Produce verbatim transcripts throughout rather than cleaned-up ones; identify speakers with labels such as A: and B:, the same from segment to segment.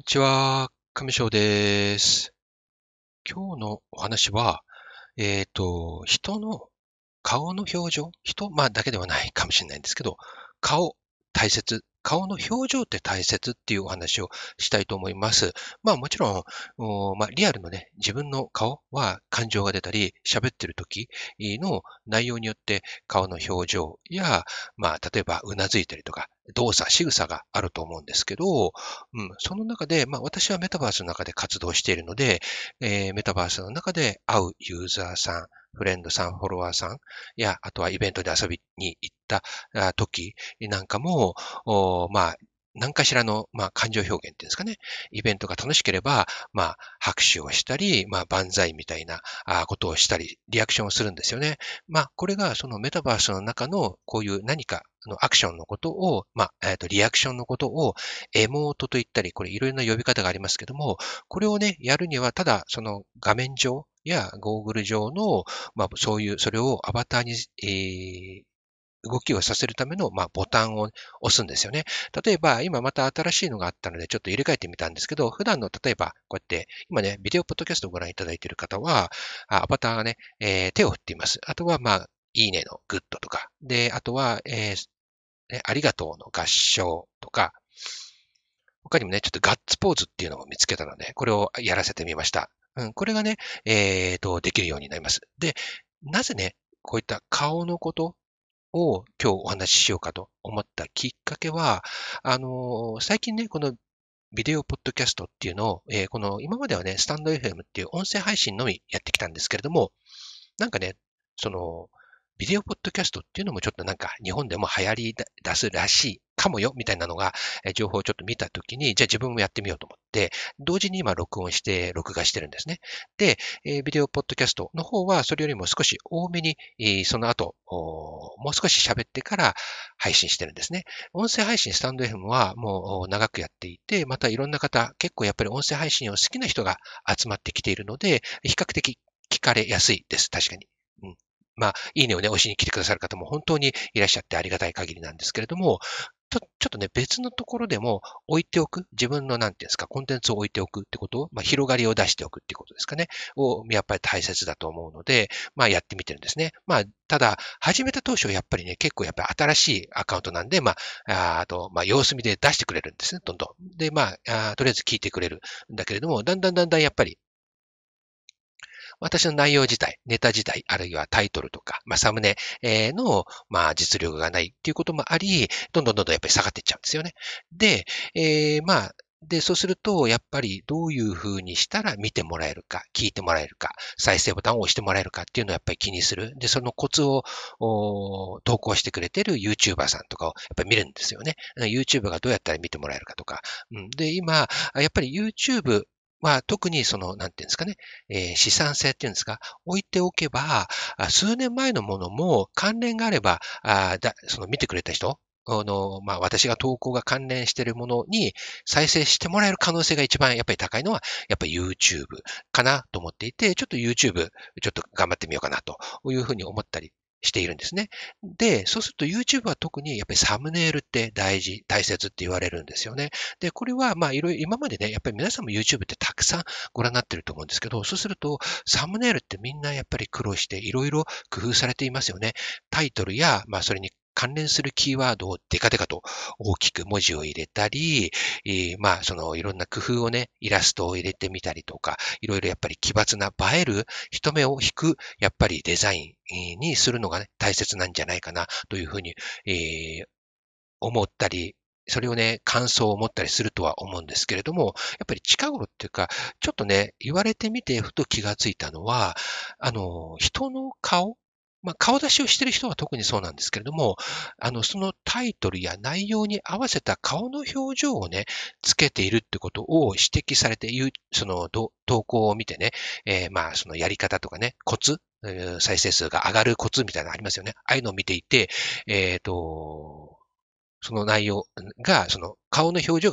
A: ちは、上翔です。今日のお話は、えっと、人の顔の表情、人、まあだけではないかもしれないんですけど、顔、大切。顔の表情って大切っていうお話をしたいと思います。まあもちろん、おまあリアルのね、自分の顔は感情が出たり、喋ってる時の内容によって顔の表情や、まあ例えばうなずいたりとか、動作、仕草があると思うんですけど、うん、その中で、まあ私はメタバースの中で活動しているので、えーメタバースの中で会うユーザーさん、フレンドさん、フォロワーさんや、あとはイベントで遊びに行ったあ時なんかも、おまあ、何かしらの、まあ、感情表現っていうんですかね。イベントが楽しければ、まあ、拍手をしたり、まあ、万歳みたいなあことをしたり、リアクションをするんですよね。まあ、これがそのメタバースの中のこういう何かのアクションのことを、まあ、えっと、リアクションのことをエモートと言ったり、これいろいろな呼び方がありますけども、これをね、やるには、ただその画面上やゴーグル上のまあ、そういう、それをアバターに、えー動きをさせるための、まあ、ボタンを押すんですよね。例えば、今また新しいのがあったので、ちょっと入れ替えてみたんですけど、普段の、例えば、こうやって、今ね、ビデオポッドキャストをご覧いただいている方は、あアバターがね、えー手を振っています。あとは、まあ、いいねのグッドとか、で、あとは、えーね、ありがとうの合唱とか、他にもね、ちょっとガッツポーズっていうのを見つけたので、これをやらせてみました。うん、これがね、えっと、できるようになります。で、なぜね、こういった顔のことを今日お話ししようかと思ったきっかけは、あの、最近ね、このビデオポッドキャストっていうのを、えーこの今まではね、スタンド エフエム っていう音声配信のみやってきたんですけれども、なんかね、その、ビデオポッドキャストっていうのもちょっとなんか日本でも流行り出すらしいかもよみたいなのが、え情報をちょっと見たときに、じゃあ自分もやってみようと思って、同時に今録音して、録画してるんですね。で、えービデオポッドキャストの方はそれよりも少し多めに、えーその後、おもう少し喋ってから配信してるんですね。音声配信スタンド エフエム はもう長くやっていて、またいろんな方、結構やっぱり音声配信を好きな人が集まってきているので、比較的聞かれやすいです。確かに。うん。まあ、いいねをね、押しに来てくださる方も本当にいらっしゃってありがたい限りなんですけれども、ちょちょっとね、別のところでも置いておく、自分のなんていうんですか、コンテンツを置いておくってことを、まあ、広がりを出しておくっていうことですかね、をやっぱり大切だと思うので、まあ、やってみてるんですね。まあ、ただ、始めた当初やっぱりね、結構やっぱり新しいアカウントなんで、まあ、ああと、まあ、様子見で出してくれるんですね、どんどん。で、まあ、あとりあえず聞いてくれるんだけれども、だんだんだんだんやっぱり私の内容自体、ネタ自体、あるいはタイトルとか、まあ、サムネえーの、まあ、実力がないっていうこともあり、どんどんどんどんやっぱり下がっていっちゃうんですよね。で、えーまあ、で、そうすると、やっぱりどういうふうにしたら見てもらえるか、聞いてもらえるか、再生ボタンを押してもらえるかっていうのをやっぱり気にする。で、そのコツをお投稿してくれてる YouTuber さんとかをやっぱり見るんですよね。YouTube がどうやったら見てもらえるかとか。うん、で、今、やっぱり YouTube は特にその、なんていうんですかね、えー資産性っていうんですか、置いておけば、あ数年前のものも関連があれば、あだその見てくれた人、あの、まあ、私が投稿が関連しているものに再生してもらえる可能性が一番やっぱり高いのは、やっぱり YouTube かなと思っていて、ちょっと YouTube、ちょっと頑張ってみようかなというふうに思ったりしているんですね。で、そうすると YouTube は特にやっぱりサムネイルって大事、大切って言われるんですよね。で、これはまあいろいろ今までね、やっぱり皆さんも YouTube ってたくさんご覧になってると思うんですけど、そうするとサムネイルってみんなやっぱり苦労していろいろ工夫されていますよね。タイトルや、まあそれに関連するキーワードをデカデカと大きく文字を入れたり、えーまあそのいろんな工夫をね、イラストを入れてみたりとか、いろいろやっぱり奇抜な映える人目を引くやっぱりデザインにするのがね、大切なんじゃないかなというふうに、えー思ったり、それをね、感想を持ったりするとは思うんですけれども、やっぱり近頃っていうか、ちょっとね、言われてみてふと気がついたのは、あの、人の顔、まあ、顔出しをしている人は特にそうなんですけれども、あの、そのタイトルや内容に合わせた顔の表情をね、つけているってことを指摘されている、そのど投稿を見てね、えーまあ、そのやり方とかね、コツ、えー再生数が上がるコツみたいなのありますよね。ああいうのを見ていて、えっと、その内容が、その顔の表情が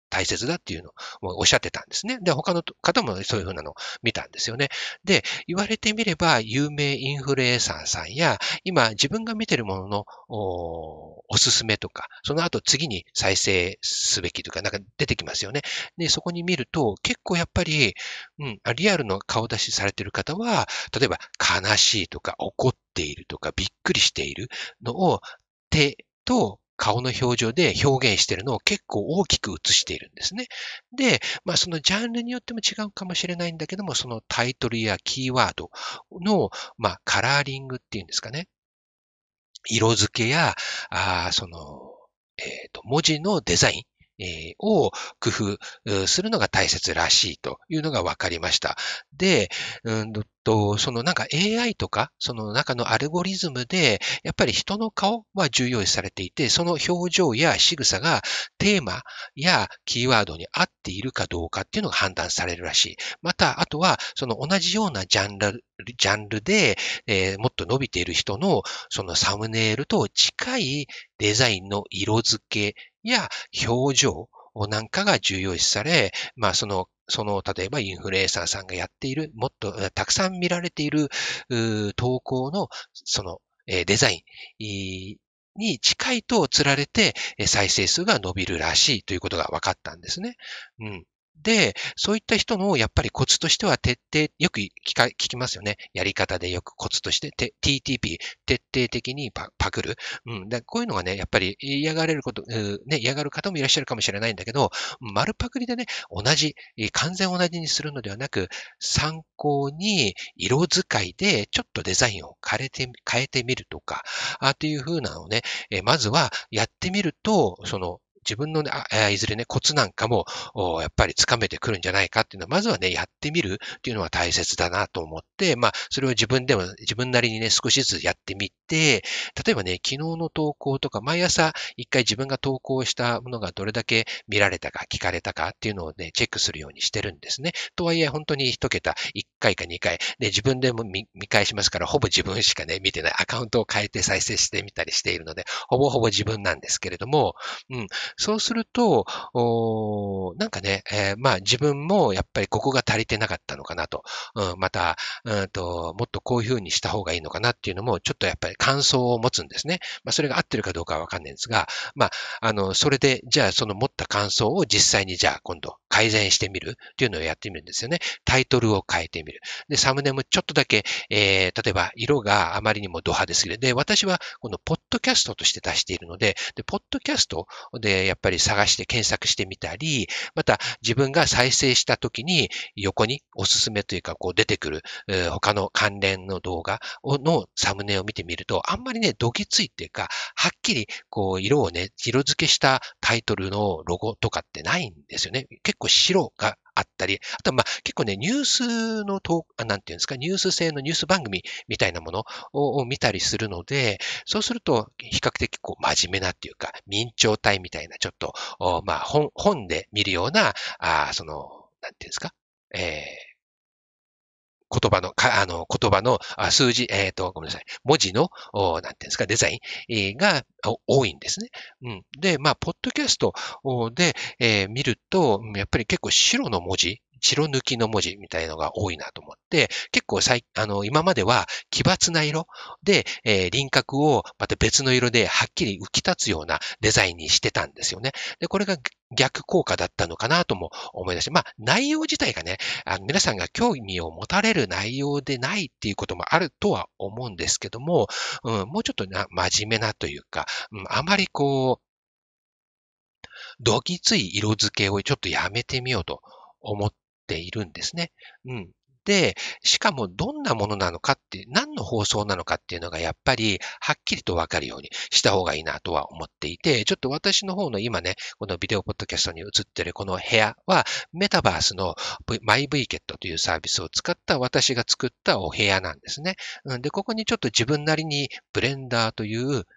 A: 大切だっていうのをおっしゃってたんですね。で、他の方もそういうふうなのを見たんですよね。で、言われてみれば、有名インフルエンサーさんや、今自分が見てるもののお、おすすめとか、その後次に再生すべきとか、なんか出てきますよね。で、そこに見ると、結構やっぱり、うん、リアルの顔出しされてる方は、例えば悲しいとか怒っているとかびっくりしているのを手と顔の表情で表現しているのを結構大きく映しているんですね。で、まあそのジャンルによっても違うかもしれないんだけども、そのタイトルやキーワードの、まあカラーリングっていうんですかね。色付けや、あその、えっ、と、文字のデザイン。えーを工夫するのが大切らしいというのが分かりました。で、うんと、そのなんか エーアイ とか、その中のアルゴリズムで、やっぱり人の顔は重要視されていて、その表情や仕草がテーマやキーワードに合っているかどうかっていうのが判断されるらしい。また、あとは、その同じようなジャンル、ジャンルで、えーもっと伸びている人のそのサムネイルと近いデザインの色付けや表情なんかが重要視され、まあその、その、例えばインフルエンサーさんがやっている、もっとたくさん見られている投稿の、その、えーデザインに近いと釣られて再生数が伸びるらしいということが分かったんですね。うん。で、そういった人のやっぱりコツとしては徹底、よく聞か聞きますよね。やり方でよくコツとして、ティーティーピー、徹底的にパパクる。うん。でこういうのがね、やっぱり嫌がれること、うね、嫌がる方もいらっしゃるかもしれないんだけど、丸パクリでね、同じ、完全同じにするのではなく、参考に色使いでちょっとデザインを変えて、変えてみるとか、あというふうなのをね、えまずはやってみると、その、自分のね、あいずれね、コツなんかも、やっぱりつかめてくるんじゃないかっていうのは、まずはね、やってみるっていうのは大切だなと思って、まあ、それを自分でも、自分なりにね、少しずつやってみて、例えばね、昨日の投稿とか、毎朝一回自分が投稿したものがどれだけ見られたか、聞かれたかっていうのをね、チェックするようにしてるんですね。とはいえ、本当に一桁、いっかいかにかい、で、自分でも見見返しますから、ほぼ自分しかね、見てないアカウントを変えて再生してみたりしているので、ほぼほぼ自分なんですけれども、うん、そうすると、おなんかね、えーまあ自分もやっぱりここが足りてなかったのかなと、うん、また、うんと、もっとこういうふうにした方がいいのかなっていうのも、ちょっとやっぱり感想を持つんですね。まあそれが合ってるかどうかはわかんないんですが、まあ、あの、それで、じゃあその持った感想を実際にじゃあ今度改善してみるっていうのをやってみるんですよね。タイトルを変えてみる。で、サムネもちょっとだけ、えー、例えば色があまりにもド派手すぎる。で、私はこのポッドキャストとして出しているので、で、ポッドキャストでやっぱり探して検索してみたり、また自分が再生した時に横におすすめというかこう出てくる、えー他の関連の動画のサムネを見てみると、あんまりね、どぎついっていうか、はっきりこう色をね、色付けしたタイトルのロゴとかってないんですよね。結構白があったり、あとはまあ結構ね、ニュースのと、なんていうんですか、ニュース性のニュース番組みたいなものを見たりするので、そうすると比較的こう真面目なっていうか、明朝体みたいなちょっと、まあ本、本で見るような、あその、なんていうんですか、えー言葉の、かあの、言葉のあ数字、えっ、と、ごめんなさい。文字の、おなんていうんですか、デザイン、えーがお多いんですね。うん。で、まあ、ポッドキャストおで、えー見ると、うんやっぱり結構白の文字、白抜きの文字みたいのが多いなと思って、結構さい、あの、今までは奇抜な色で、えー輪郭をまた別の色ではっきり浮き立つようなデザインにしてたんですよね。で、これが逆効果だったのかなとも思い出して、まあ、内容自体がね、あの皆さんが興味を持たれる内容でないっていうこともあるとは思うんですけども、うん、もうちょっとな真面目なというか、うん、あまりこう、どぎつい色付けをちょっとやめてみようと思っているんですね。うん。で、しかもどんなものなのかって、何の放送なのかっていうのがやっぱりはっきりとわかるようにした方がいいなとは思っていて、ちょっと私の方の今ね、このビデオポッドキャストに映ってるこの部屋はメタバースの マイブイケットというサービスを使った私が作ったお部屋なんですね。うんで、ここにちょっと自分なりにブレンダーという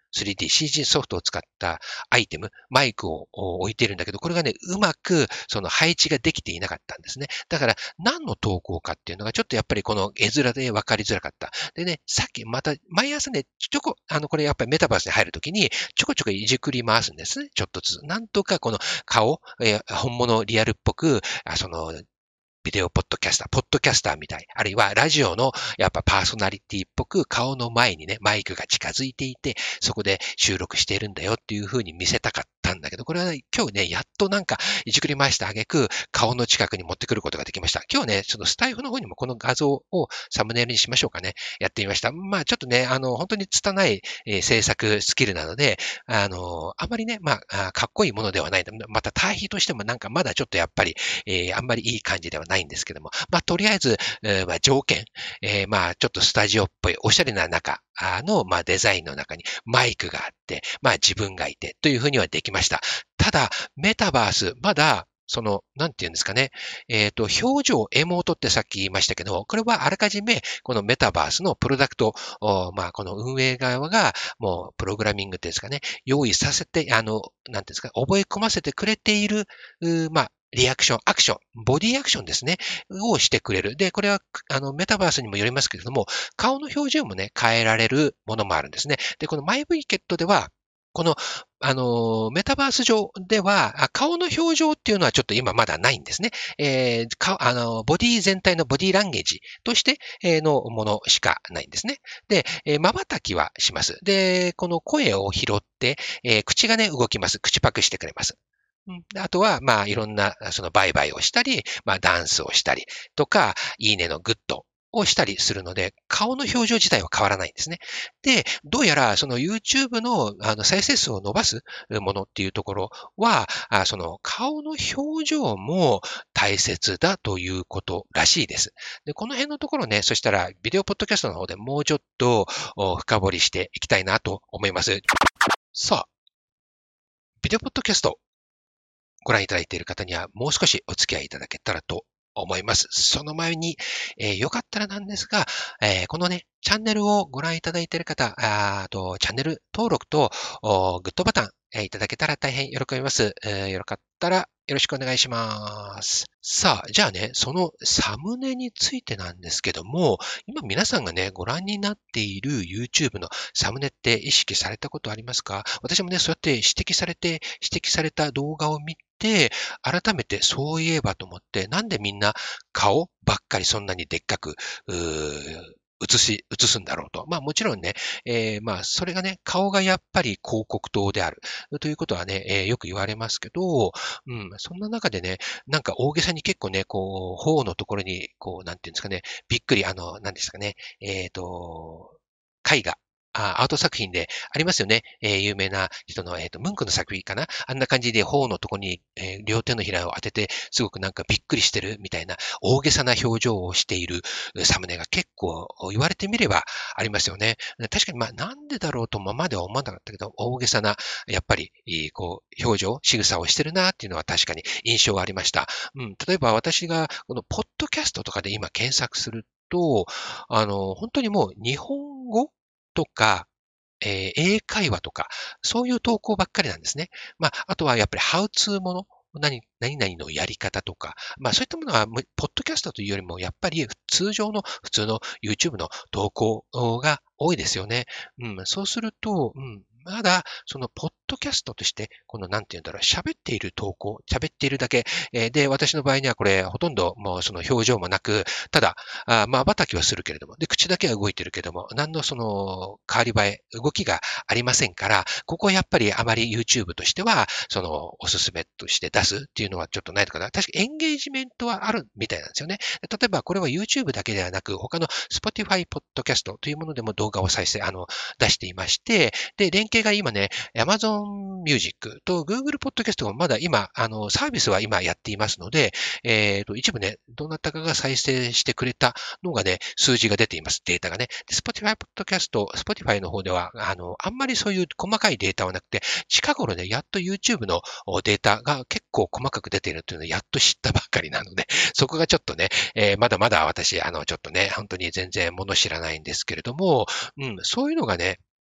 A: スリーディーシージー ソフトを使ったアイテム、マイクを置いているんだけど、これがね、うまくその配置ができていなかったんですね。だから、何の投稿かっていうのがちょっとやっぱりこの絵面で分かりづらかった。でね、さっきまた、毎朝ね、ちょこ、あの、これやっぱりメタバースに入るときに、ちょこちょこいじくり回すんですね。ちょっとずつ。なんとかこの顔、えー本物リアルっぽく、あその、ビデオポッドキャスター、ポッドキャスターみたい、あるいはラジオのやっぱパーソナリティっぽく顔の前にね、マイクが近づいていて、そこで収録しているんだよっていう風に見せたかったんだけど、これは、ね、今日ね、やっとなんかいじくり回した挙句、顔の近くに持ってくることができました。今日ね、ちょっとスタイフの方にもこの画像をサムネイルにしましょうかね。やってみました。まあちょっとね、あの、本当に拙い、えー制作スキルなので、あの、あまりね、まあ、あかっこいいものではない。また対比としてもなんかまだちょっとやっぱり、えーあんまりいい感じではないんですけども、まあ、とりあえず、えーまあ、条件、えーまあ、ちょっとスタジオっぽいおしゃれな中の、まあ、デザインの中にマイクがあって、まあ、自分がいてというふうにはできました。ただ、メタバース、まだ、その、なんていうんですかね。えっと、表情、エモートってさっき言いましたけど、これはあらかじめ、このメタバースのプロダクト、まあ、この運営側が、もう、プログラミングっていうんですかね、用意させて、あの、なんていうんですか、覚え込ませてくれている、まあ、リアクション、アクション、ボディアクションですね、をしてくれる。で、これは、あの、メタバースにもよりますけれども、顔の表情もね、変えられるものもあるんですね。で、このマイブイケットでは、この、あの、メタバース上では、顔の表情っていうのはちょっと今まだないんですね。えー、かあの、ボディ全体のボディランゲージとしてのものしかないんですね。で、えー、瞬きはします。で、この声を拾って、えー、口がね、動きます。口パクしてくれます。あとは、まあ、いろんな、その、売買をしたり、まあ、ダンスをしたりとか、いいねのグッドをしたりするので、顔の表情自体は変わらないんですね。で、どうやら、その YouTube の、あの、再生数を伸ばすものっていうところは、あその、顔の表情も大切だということらしいです。で、この辺のところね、そしたら、ビデオポッドキャストの方でもうちょっと深掘りしていきたいなと思います。さあ、ビデオポッドキャスト、ご覧いただいている方にはもう少しお付き合いいただけたらと思います。その前に、えー、よかったらなんですが、えー、このね、チャンネルをご覧いただいている方、あとチャンネル登録とグッドボタン、えー、いただけたら大変喜びます。えー、よかったらよろしくお願いします。さあ、じゃあね、そのサムネについてなんですけども、今皆さんがね、ご覧になっている YouTube のサムネって意識されたことありますか？私もね、そうやって指摘されて、指摘された動画を見て、改めてそういえばと思って、なんでみんな顔ばっかりそんなにでっかく、うー映し、映すんだろうと。まあもちろんね、えーまあそれがね、顔がやっぱり広告塔であるということはね、えーよく言われますけど、うん、そんな中でね、なんか大げさに結構ね、こう、頬のところに、こう、なんていうんですかね、びっくり、あの、なんですかね、えっと、絵画、あアート作品でありますよね。えー有名な人の、えっと、ムンクの作品かな。あんな感じで頬のところに、えー両手のひらを当てて、すごくなんかびっくりしてるみたいな大げさな表情をしているサムネが結構言われてみればありますよね。確かにまあなんでだろうとままでは思わなかったけど、大げさな、やっぱり、こう、表情、仕草をしてるなっていうのは確かに印象がありました。うん、例えば私がこのポッドキャストとかで今検索すると、あの、本当にもう日本語とか、えー英会話とか、そういう投稿ばっかりなんですね。まあ、あとはやっぱりハウツーもの、何、何々のやり方とか、まあそういったものは、ポッドキャストというよりも、やっぱり通常の、普通の YouTube の投稿が多いですよね。うん、そうすると、うん、まだ、その、ポッドキャストとして、この、なんて言うんだろう、喋っている投稿、喋っているだけ、えーで、私の場合にはこれ、ほとんど、もう、その表情もなく、ただ、あまあ、瞬きはするけれども、で、口だけは動いてるけども、何のその、変わり映え、動きがありませんから、ここはやっぱりあまり YouTube としては、その、おすすめとして出すっていうのはちょっとないのかな。確かエンゲージメントはあるみたいなんですよね。例えば、これは YouTube だけではなく、他の Spotify ポッドキャストというものでも動画を再生、あの、出していまして、で、連携が今ね、Amazon Music と Google Podcast がまだ今、あの、サービスは今やっていますので、えっと、一部ね、どなたかが再生してくれたのがね、数字が出ています。データがね。で Spotify Podcast、Spotify の方では、あの、あんまりそういう細かいデータはなくて、近頃ね、やっと YouTube のデータが結構細かく出ているというのをやっと知ったばっかりなので、そこがちょっとね、えーまだまだ私、あの、ちょっとね、本当に全然物知らないんですけれども、うん、そういうのがね、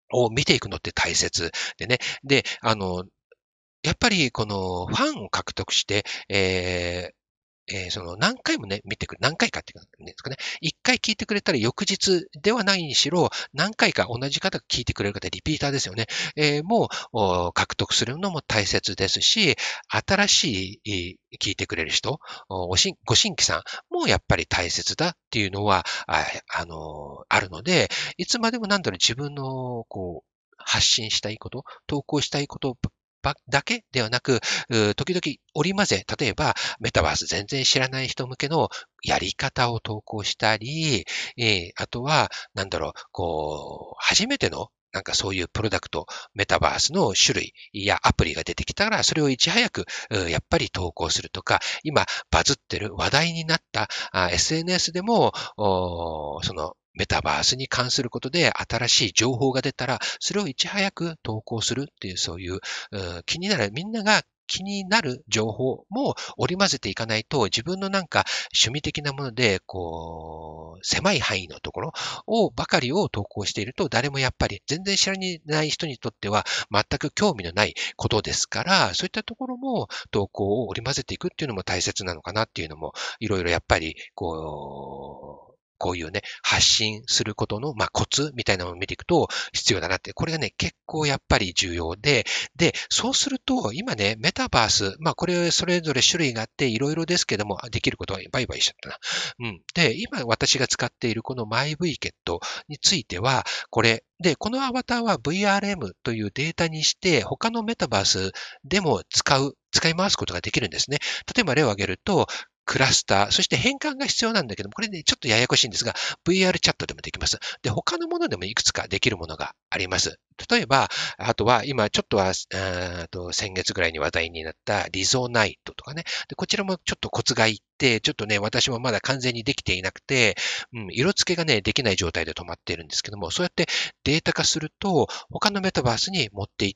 A: を見ていくのって大切でね。で、あの、やっぱりこのファンを獲得して、えーえーその何回もね、見てくる、何回かっていうんですかね。一回聞いてくれたら翌日ではないにしろ、何回か同じ方が聞いてくれる方、リピーターですよね。えーもうお獲得するのも大切ですし、新しいえー聞いてくれる人、おおしご新規さんもやっぱり大切だっていうのは、あ、あのあるので、いつまでもなんだろう、自分のこう、発信したいこと、投稿したいことばだけではなく、う時々織り交ぜ、例えばメタバース全然知らない人向けのやり方を投稿したり、えーあとは、なんだろう、こう、初めてのなんかそういうプロダクト、メタバースの種類やアプリが出てきたら、それをいち早く、うやっぱり投稿するとか、今バズってる話題になったあ エスエヌエス でも、おそのメタバースに関することで新しい情報が出たら、それをいち早く投稿するっていう、そういう、う気になる、みんなが気になる情報も織り交ぜていかないと、自分のなんか趣味的なもので、こう、狭い範囲のところをばかりを投稿していると、誰もやっぱり全然知らない人にとっては全く興味のないことですから、そういったところも投稿を織り交ぜていくっていうのも大切なのかなっていうのも、いろいろやっぱり、こう、こういうね、発信することの、まあ、コツみたいなのを見ていくと必要だなって、これがね、結構やっぱり重要で、で、そうすると、今ね、メタバース、まあ、これ、それぞれ種類があって、いろいろですけども、できることはバイバイしちゃったな。うん。で、今私が使っているこの マイブイケット については、これ、で、このアバターは ブイアールエム というデータにして、他のメタバースでも使う、使い回すことができるんですね。例えば例を挙げると、クラスター、そして変換が必要なんだけども、これね、ちょっとややこしいんですが、ブイアール チャットでもできます。で、他のものでもいくつかできるものがあります。例えば、あとは今ちょっとは、あと先月ぐらいに話題になったリゾナイトとかね。で、こちらもちょっとコツがいって、ちょっとね、私もまだ完全にできていなくて、うん、色付けがね、できない状態で止まっているんですけども、そうやってデータ化すると、他のメタバースに持っていって、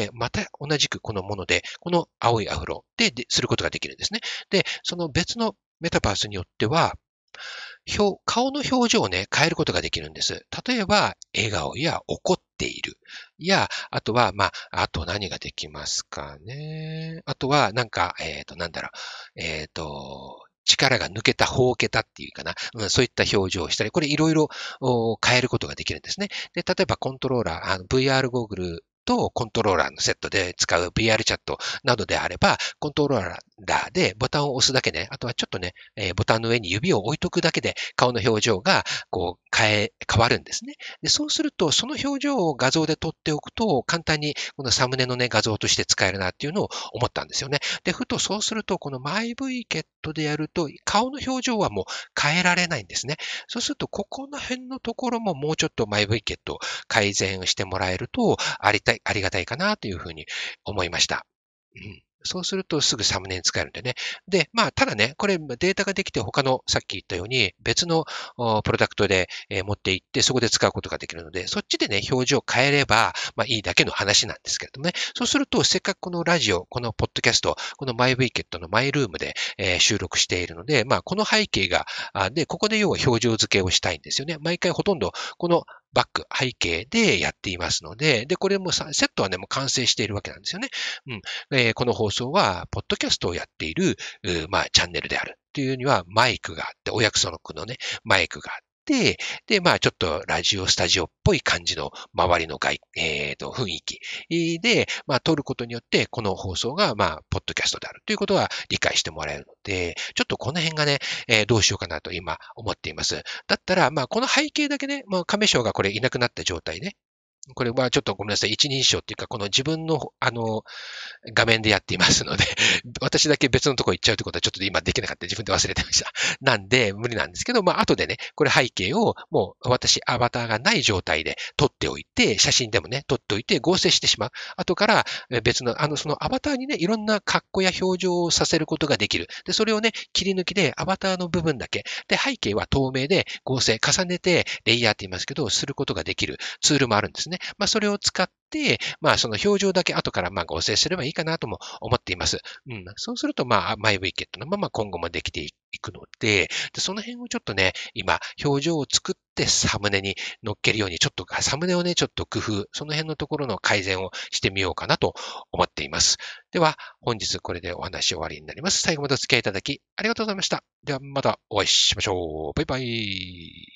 A: また同じくこのもので、この青いアフロでですることができるんですね。で、その別のメタバースによっては、表顔の表情をね、変えることができるんです。例えば、笑顔や怒っている。や、あとは、まあ、あと何ができますかね。あとは、なんか、えっと、なんだろう。えっと、力が抜けた、ほうけたっていうかな。うん、そういった表情をしたり、これいろいろお変えることができるんですね。で、例えばコントローラー、あの ブイアール ゴーグルとコントローラーのセットで使う ブイアール チャットなどであれば、コントローラーでボタンを押すだけで、あとはちょっとね、えーボタンの上に指を置いとくだけで顔の表情がこう変え、変わるんですね。で、そうすると、その表情を画像で撮っておくと、簡単にこのサムネのね、画像として使えるなっていうのを思ったんですよね。で、ふとそうすると、この マイブイケット でやると、顔の表情はもう変えられないんですね。そうすると、ここの辺のところももうちょっと マイブイケット 改善してもらえると、ありたい、ありがたいかなというふうに思いました。うん。そうするとすぐサムネに使えるんでね。で、まあ、ただね、これデータができて他のさっき言ったように別のおプロダクトで、えー持っていってそこで使うことができるので、そっちでね、表情を変えれば、まあいいだけの話なんですけれどもね。そうすると、せっかくこのラジオ、このポッドキャスト、このマイブイケットのマイルームで、えー収録しているので、まあこの背景が、あで、ここで要は表情付けをしたいんですよね。毎回ほとんどこのバック、背景でやっていますので、で、これもさ、セットはね、もう完成しているわけなんですよね。うん。えーこの放送は、ポッドキャストをやっている、うまあ、チャンネルであるっていうには、マイクがあって、お約束のね、マイクがあって、で、まあ、ちょっとラジオスタジオっぽい感じの周りの外、えーと、雰囲気で、まあ、撮ることによって、この放送が、まあ、ポッドキャストであるということは理解してもらえるので、ちょっとこの辺がね、えーどうしようかなと今思っています。だったら、まあ、この背景だけね、もう亀章がこれいなくなった状態ね。これはちょっとごめんなさい。一人称っていうか、この自分の、あの、画面でやっていますので、私だけ別のとこ行っちゃうってことはちょっと今できなかった。自分で忘れてました。なんで、無理なんですけど、まあ、後でね、これ背景をもう私、アバターがない状態で撮っておいて、写真でもね、撮っておいて合成してしまう。後から別の、あの、そのアバターにね、いろんな格好や表情をさせることができる。で、それをね、切り抜きでアバターの部分だけ。で、背景は透明で合成、重ねてレイヤーって言いますけど、することができるツールもあるんですね。まあ、それを使って、まあ、その表情だけ後からまあ合成すればいいかなとも思っています。うん。そうすると、まあ、マイウィケットのまま今後もできていくので、でその辺をちょっとね、今、表情を作ってサムネに乗っけるように、ちょっと、サムネをね、ちょっと工夫、その辺のところの改善をしてみようかなと思っています。では、本日これでお話終わりになります。最後までお付き合いいただきありがとうございました。では、またお会いしましょう。バイバイ。